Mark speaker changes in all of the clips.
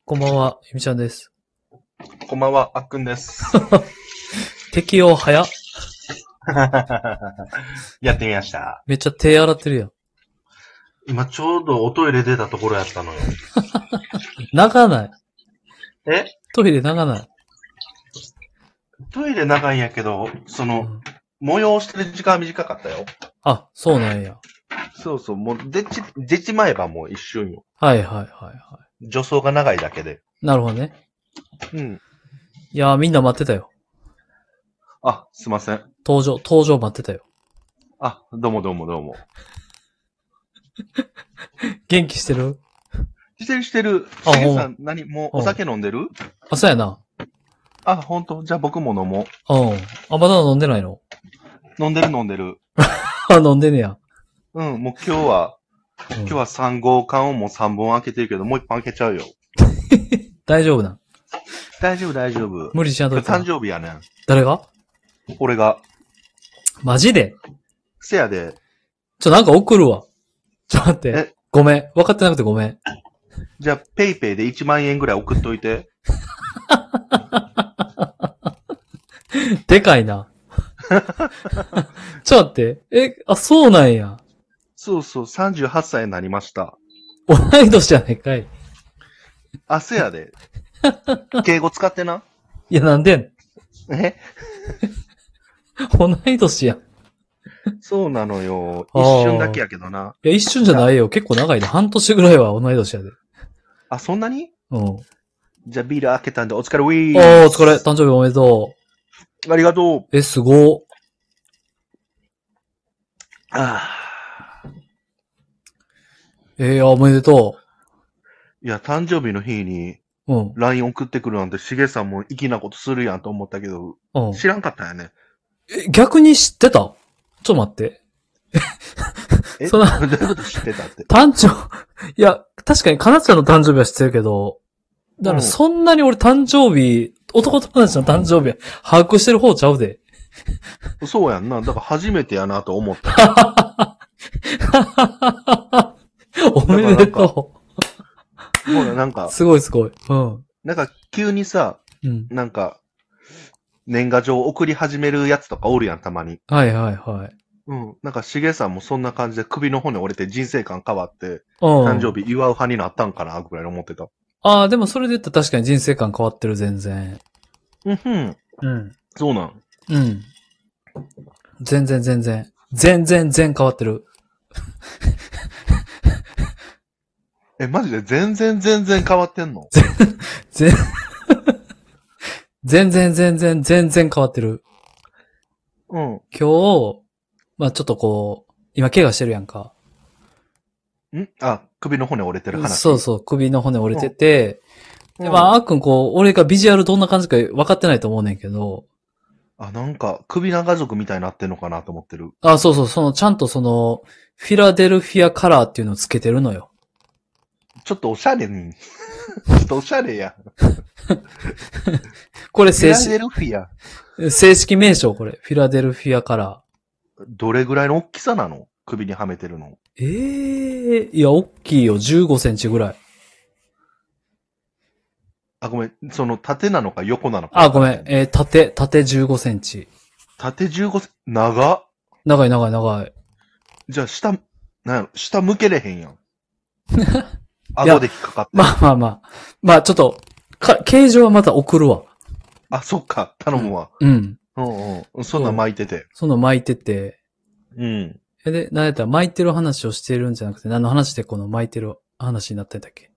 Speaker 1: こんばんは、ゆみちゃんです。
Speaker 2: こんばんは、あっくんです。
Speaker 1: 適応早っ。
Speaker 2: やってみました。
Speaker 1: めっちゃ手洗ってるやん。
Speaker 2: 今ちょうどおトイレ出たところやったのよ。
Speaker 1: 長ない。
Speaker 2: え
Speaker 1: トイレ長ない。
Speaker 2: トイレ長いんやけど、催してる時間は短かったよ。
Speaker 1: あ、そうなんや。
Speaker 2: そうそう、もう出ちまえばもう一瞬よ。
Speaker 1: はいはいはいは
Speaker 2: 助走が長いだけで。
Speaker 1: い。なるほどね。
Speaker 2: うん。
Speaker 1: いやーみんな待ってたよ。
Speaker 2: あ、すいません。
Speaker 1: 登場待ってたよ。
Speaker 2: あ、どうもどうもどうも。
Speaker 1: 元気してる？
Speaker 2: してる。
Speaker 1: あ、
Speaker 2: しげ
Speaker 1: ほんま。
Speaker 2: さん、もうお酒飲んでる？
Speaker 1: あ、そうやな。
Speaker 2: あ、ほんと？じゃあ僕も飲も
Speaker 1: うん。あ、まだ飲んでないの？
Speaker 2: う。飲んでる。
Speaker 1: あ、飲んでねや。
Speaker 2: うん、もう今日は3号缶をもう3本開けてるけど、もう1本開けちゃうよ。
Speaker 1: 大丈夫な。
Speaker 2: 大丈夫。
Speaker 1: 無理しやんといてな。
Speaker 2: 今日誕生日やねん。
Speaker 1: 誰が？
Speaker 2: 俺が。
Speaker 1: マジで？
Speaker 2: せやで。
Speaker 1: なんか送るわ。ちょ、待って。
Speaker 2: え、
Speaker 1: ごめん。分かってなくてごめん。
Speaker 2: じゃあ、ペイペイで1万円ぐらい送っといて。
Speaker 1: でかいな。ちょ、待って。あ、そうなんや。
Speaker 2: そうそう、38歳になりました。
Speaker 1: 同い年じゃないかい。
Speaker 2: あ、せやで。敬語使ってな。
Speaker 1: いや、なんでん。
Speaker 2: え
Speaker 1: 同い年やん。
Speaker 2: そうなのよ。
Speaker 1: あー
Speaker 2: 一瞬だけやけどな。
Speaker 1: いや、一瞬じゃないよ。結構長いで。半年ぐらいは同い年やで。
Speaker 2: あ、そんなに？
Speaker 1: うん。
Speaker 2: じゃあ、ビール開けたんでお疲れウィー
Speaker 1: お疲れ。誕生日おめでと
Speaker 2: ありがとう。
Speaker 1: う。すご
Speaker 2: あ
Speaker 1: おめでと
Speaker 2: いや、誕生日の日に
Speaker 1: う。うん。
Speaker 2: LINE 送ってくるなんて、しげさんも粋なことするやんと思ったけど、
Speaker 1: うん。
Speaker 2: 知らんかったんやね。
Speaker 1: 逆に知ってた？ちょっと待って。そんな、
Speaker 2: どういうこと知ってたって。
Speaker 1: 誕生、いや、確かにかなちゃんの誕生日は知ってるけど、だからそんなに俺誕生日、男友達の誕生日は把握してる方ちゃうで。
Speaker 2: そうやんな。だから初めてやなと思った。
Speaker 1: おめでと
Speaker 2: ほら、なん
Speaker 1: う。
Speaker 2: か、
Speaker 1: すごいすごい。うん。
Speaker 2: なんか急にさ、
Speaker 1: うん。
Speaker 2: なんか、年賀状送り始めるやつとかおるやん、たまに。
Speaker 1: はいはいはい。
Speaker 2: うん。なんか、しげさんもそんな感じで首の骨折れて人生観変わって、
Speaker 1: うん。
Speaker 2: 誕生日祝う派になったんかな、ぐらい思ってた。
Speaker 1: ああ、でもそれで言ったら確かに人生観変わってる、全然。
Speaker 2: うんふん。
Speaker 1: うん。
Speaker 2: そうなん。
Speaker 1: うん。全然全然。全変わってる。
Speaker 2: マジで全然変わってんの？
Speaker 1: 全、全然変わってる。
Speaker 2: うん。
Speaker 1: 今日、まあちょっとこう、今怪我してるやんか。
Speaker 2: あ、首の骨折れてる話。
Speaker 1: そうそう、首の骨折れてて、
Speaker 2: うん。
Speaker 1: でまああっくんこう、俺がビジュアルどんな感じか分かってないと思うねんけど、
Speaker 2: あ、なんか、首長族みたいになってんのかなと思ってる。
Speaker 1: あ、そうそう、ちゃんとフィラデルフィアカラーっていうのをつけてるのよ。
Speaker 2: ちょっとおしゃれに。ちょっとおしゃれや。
Speaker 1: これ
Speaker 2: フィラデルフィア。
Speaker 1: 正式名称これ。フィラデルフィアカラ
Speaker 2: どれぐらいの大きさなの？首にはめてるの。
Speaker 1: ー。いや、大きいよ。15センチぐらい。
Speaker 2: あ、ごめん。その、縦なのか横なのか。
Speaker 1: あ、ごめん。縦15センチ。
Speaker 2: 縦15センチ。長っ。
Speaker 1: 長い長い長い。
Speaker 2: じゃあ、下向けれへんやん。顎で引っかかって。
Speaker 1: まあまあまあ。まあちょっと、形状はまた送るわ。
Speaker 2: あ、そっか。頼むわ。
Speaker 1: うん。
Speaker 2: うんうん。そんなん巻いてて。
Speaker 1: その巻いてて。
Speaker 2: うん。
Speaker 1: で、なんやったら巻いてる話をしてるんじゃなくて、何の話でこの巻いてる話になってんだっけ？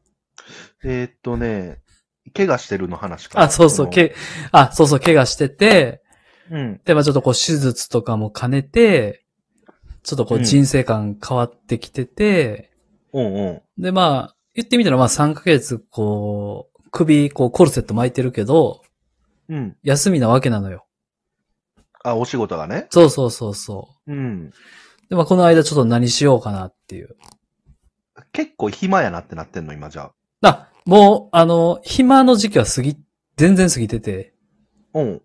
Speaker 2: 怪我してるの話か。
Speaker 1: あ、そうそう、怪我してて、
Speaker 2: うん。
Speaker 1: で、まあちょっとこう手術とかも兼ねて、ちょっとこう
Speaker 2: うん
Speaker 1: 人生観変わってきてて、
Speaker 2: うんうん。
Speaker 1: で、まあ、言ってみたらまあ3ヶ月こう、首、こうコルセット巻いてるけど、
Speaker 2: うん。
Speaker 1: 休みなわけなのよ。
Speaker 2: あ、お仕事がね。
Speaker 1: そうそうそうそ
Speaker 2: うん。
Speaker 1: う。で、まあこの間ちょっと何しようかなっていう。
Speaker 2: 結構暇やなってなってんの、今じゃ
Speaker 1: もう、暇の時期は全然過ぎてて、
Speaker 2: あ。うん。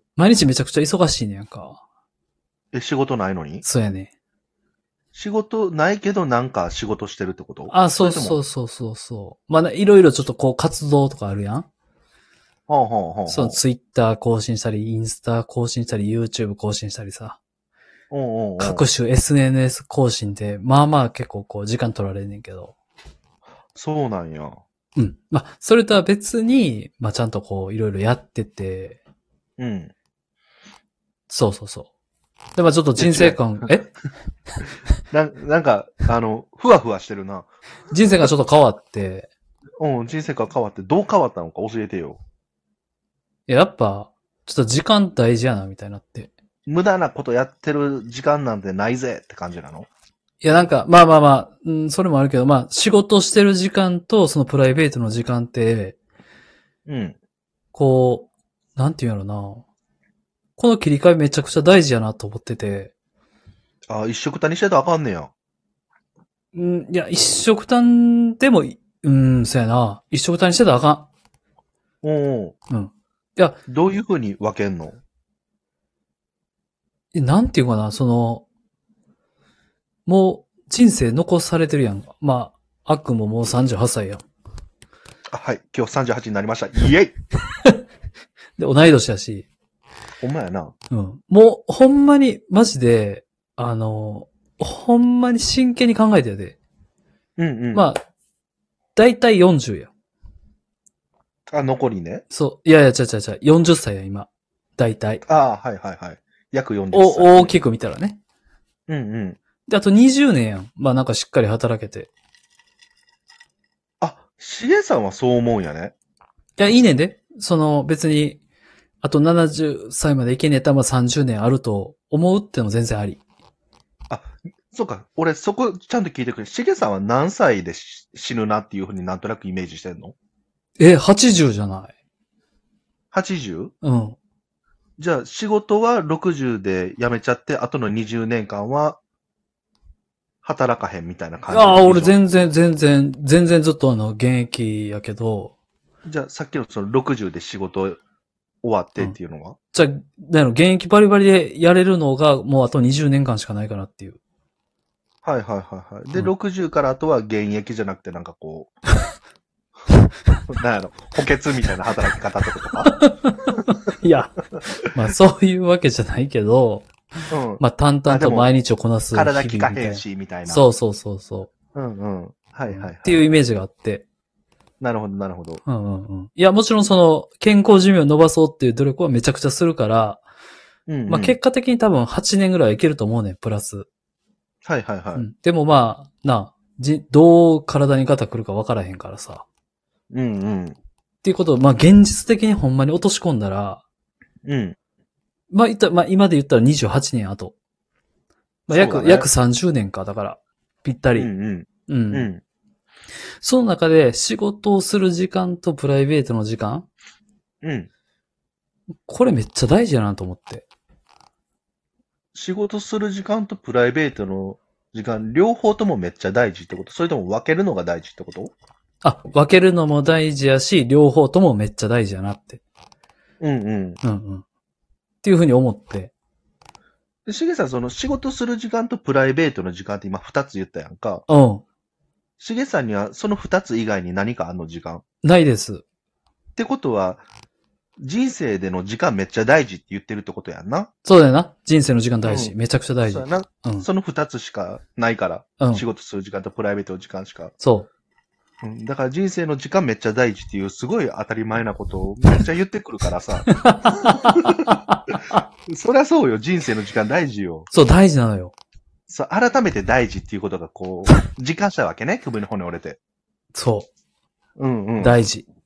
Speaker 1: 毎日めちゃくちゃ忙しいねやんか。
Speaker 2: 仕事ないのに？
Speaker 1: そうやね。
Speaker 2: 仕事ないけどなんか仕事してるってこと？
Speaker 1: あ、そう
Speaker 2: れとも
Speaker 1: そうそうそうそう。まあ、いろいろちょっとこう活動とかあるやん。
Speaker 2: ほうほうほうほう。
Speaker 1: そう、ツイッター更新したり、インスタ更新したり、YouTube 更新したりさ。
Speaker 2: うんうんうん。
Speaker 1: 各種 SNS 更新で、まあまあ結構こう時間取られんねんけど。
Speaker 2: そうなんや。
Speaker 1: うん。まあ、それとは別に、まあちゃんとこういろいろやってて、
Speaker 2: うん。
Speaker 1: そうそうそう。で、まあちょっと人生観、
Speaker 2: なんか、ふわふわしてるな。
Speaker 1: 人生がちょっと変わって、
Speaker 2: うん、人生が変わって、どう変わったのか教えてよ。
Speaker 1: やっぱ、ちょっと時間大事やな、みたいになって。
Speaker 2: 無駄なことやってる時間なんてないぜって感じなの？
Speaker 1: いや、なんか、まあまあまあ、うん、それもあるけど、まあ、仕事してる時間と、そのプライベートの時間って、
Speaker 2: うん。
Speaker 1: こう、なんていうんやろな。この切り替えめちゃくちゃ大事やなと思ってて、
Speaker 2: あ、一緒くたにしてたらあかんねや。
Speaker 1: うん、いや、一緒くたんでもそうやな。一緒くたにしてたらあか
Speaker 2: うんうん。
Speaker 1: ん。うん。いや、
Speaker 2: どういう風に分けんの？
Speaker 1: なんていうかな、もう、人生残されてるやん。まあ、あっくんももう38歳やん。
Speaker 2: あ、はい。今日38になりました。イエイ
Speaker 1: で、同い年やし。
Speaker 2: ほんまやな。
Speaker 1: うん。もう、ほんまに、マジで、ほんまに真剣に考えてやで。
Speaker 2: うんうん。
Speaker 1: まあ、だいたい40や。
Speaker 2: あ、残りね。
Speaker 1: そう。いやいや、ちゃ40歳や、今。だいたい。
Speaker 2: あはいはいはい。約40歳。
Speaker 1: 大きく見たらね。
Speaker 2: うんうん。
Speaker 1: で、あと20年やん。まあなんかしっかり働けて。
Speaker 2: あ、しげさんはそう思うんやね。
Speaker 1: いや、いいねんで。別に、あと70歳までいけねえたらまあ30年あると思うってのも全然あり。
Speaker 2: あ、そうか。俺そこちゃんと聞いてくれ。しげさんは何歳で死ぬなっていう風になんとなくイメージしてんの？
Speaker 1: 80じゃない。
Speaker 2: 80？
Speaker 1: うん。
Speaker 2: じゃあ仕事は60で辞めちゃって、あとの20年間は働かへんみたいな感じ。
Speaker 1: ああ、俺全然ずっと現役やけど。
Speaker 2: じゃあさっきのその60で仕事終わってっていうのは、
Speaker 1: じゃあ、現役バリバリでやれるのがもうあと20年間しかないかなっていう。
Speaker 2: はいはいはいはい。で、
Speaker 1: うん
Speaker 2: 60からあとは現役じゃなくてなんかこう、なんやろ、補欠みたいな働き方ってことか？
Speaker 1: いや、まあそういうわけじゃないけど、
Speaker 2: うん。
Speaker 1: まあ淡々と毎日をこなす日々
Speaker 2: 体
Speaker 1: みたいな。
Speaker 2: 効かへんし、みたいな。
Speaker 1: そうそうそうそ
Speaker 2: うんうん。はいはいはい。
Speaker 1: っていうイメージがあって。
Speaker 2: なるほどなるほど。
Speaker 1: うんうんうん。いや、もちろん健康寿命を伸ばそうっていう努力はめちゃくちゃするから、
Speaker 2: うん、うん。
Speaker 1: まあ結果的に多分8年ぐらいはいけると思うねん、プラス。
Speaker 2: はいはいはい。
Speaker 1: うん。でもまあ、どう体にガタくるか分からへんからさ。
Speaker 2: うんうん。
Speaker 1: っていうことを、まあ現実的にほんまに落とし込んだら、
Speaker 2: うん。
Speaker 1: まあ今で言ったら28年後。まあ約30年か、だから。ぴったり。
Speaker 2: うんうん。
Speaker 1: うん。
Speaker 2: うん。
Speaker 1: その中で仕事をする時間とプライベートの時間、
Speaker 2: うん。
Speaker 1: これめっちゃ大事やなと思って。
Speaker 2: 仕事する時間とプライベートの時間、両方ともめっちゃ大事ってこと？それとも分けるのが大事ってこと？
Speaker 1: あ、分けるのも大事やし、両方ともめっちゃ大事やなって。
Speaker 2: うんうん。
Speaker 1: うんうん。っていうふうに思って。
Speaker 2: で、しげさん、その仕事する時間とプライベートの時間って今2つ言ったやんか。
Speaker 1: うん。
Speaker 2: しげさんにはその2つ以外に何かあんの時間？
Speaker 1: ないです。
Speaker 2: ってことは、人生での時間めっちゃ大事って言ってるってことやんな。
Speaker 1: そうだよな。人生の時間大事。
Speaker 2: うん
Speaker 1: めちゃくちゃ大事。
Speaker 2: そうやな。
Speaker 1: うん。
Speaker 2: その2つしかないから。
Speaker 1: うん。
Speaker 2: 仕事する時間とプライベートの時間しか。
Speaker 1: そ
Speaker 2: うん、だから人生の時間めっちゃ大事っていうすごい当たり前なことをめっちゃ言ってくるからさ。そりゃそうよ。人生の時間大事よ。
Speaker 1: そう、大事なのよ。
Speaker 2: そう、改めて大事っていうことがこう、実感したわけね。首の骨折れて。
Speaker 1: そ
Speaker 2: うんう
Speaker 1: う。
Speaker 2: ん。
Speaker 1: 大事。